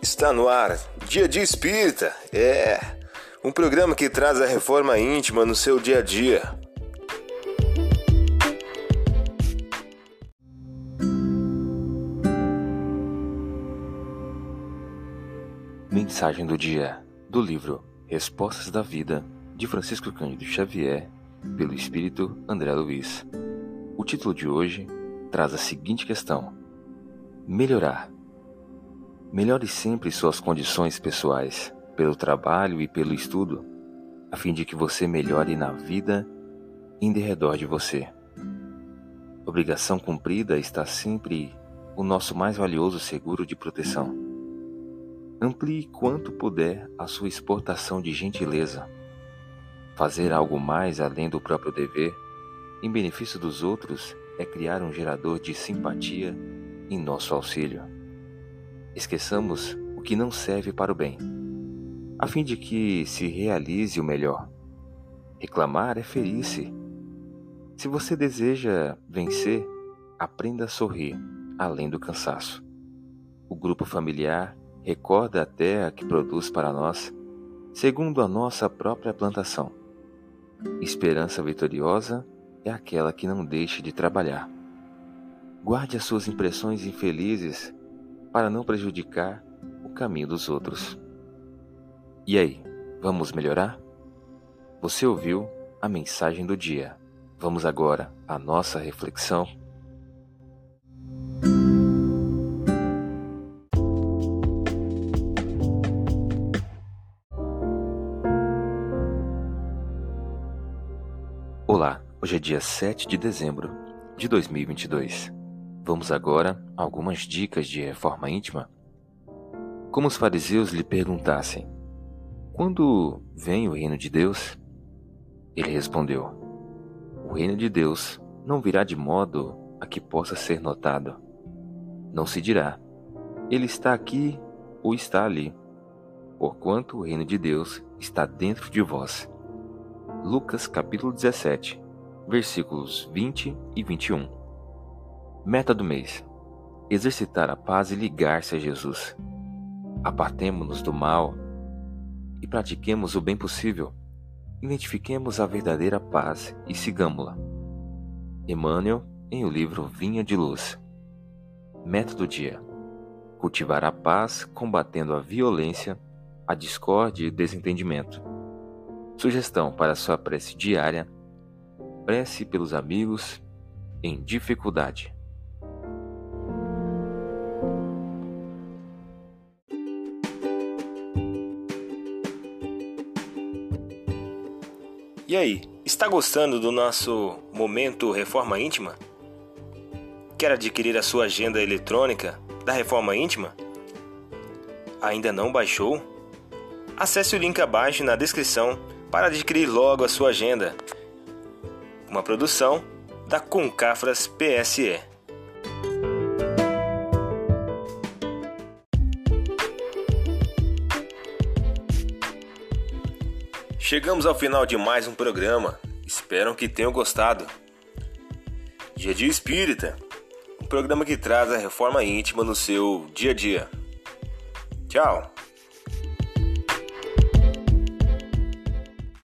Está no ar, Dia de Espírita, um programa que traz a reforma íntima no seu dia a dia. Mensagem do dia, do livro Respostas da Vida, de Francisco Cândido Xavier, pelo Espírito André Luiz. O título de hoje traz a seguinte questão: melhorar. Melhore sempre suas condições pessoais, pelo trabalho e pelo estudo, a fim de que você melhore na vida em derredor de você. Obrigação cumprida está sempre o nosso mais valioso seguro de proteção. Amplie quanto puder a sua exportação de gentileza. Fazer algo mais além do próprio dever, em benefício dos outros, é criar um gerador de simpatia em nosso auxílio. Esqueçamos o que não serve para o bem, a fim de que se realize o melhor. Reclamar é ferir-se. Se você deseja vencer, aprenda a sorrir, além do cansaço. O grupo familiar recorda a terra que produz para nós, segundo a nossa própria plantação. Esperança vitoriosa é aquela que não deixa de trabalhar. Guarde as suas impressões infelizes para não prejudicar o caminho dos outros. E aí, vamos melhorar? Você ouviu a mensagem do dia. Vamos agora à nossa reflexão. Olá, hoje é dia 7 de dezembro de 2022. Vamos agora a algumas dicas de reforma íntima. Como os fariseus lhe perguntassem: quando vem o reino de Deus? Ele respondeu: o reino de Deus não virá de modo a que possa ser notado. Não se dirá: ele está aqui ou está ali, porquanto o reino de Deus está dentro de vós. Lucas capítulo 17, versículos 20 e 21. Meta do mês: exercitar a paz e ligar-se a Jesus. Apartemo-nos do mal e pratiquemos o bem possível. Identifiquemos a verdadeira paz e sigamo-la. Emmanuel, em o livro Vinha de Luz. Meta do dia: cultivar a paz combatendo a violência, a discórdia e o desentendimento. Sugestão para sua prece diária: prece pelos amigos em dificuldade. E aí, está gostando do nosso momento Reforma Íntima? Quer adquirir a sua agenda eletrônica da Reforma Íntima? Ainda não baixou? Acesse o link abaixo na descrição para adquirir logo a sua agenda. Uma produção da Concafras PSE. Chegamos ao final de mais um programa. Espero que tenham gostado. Dia de Espírita, um programa que traz a reforma íntima no seu dia a dia. Tchau!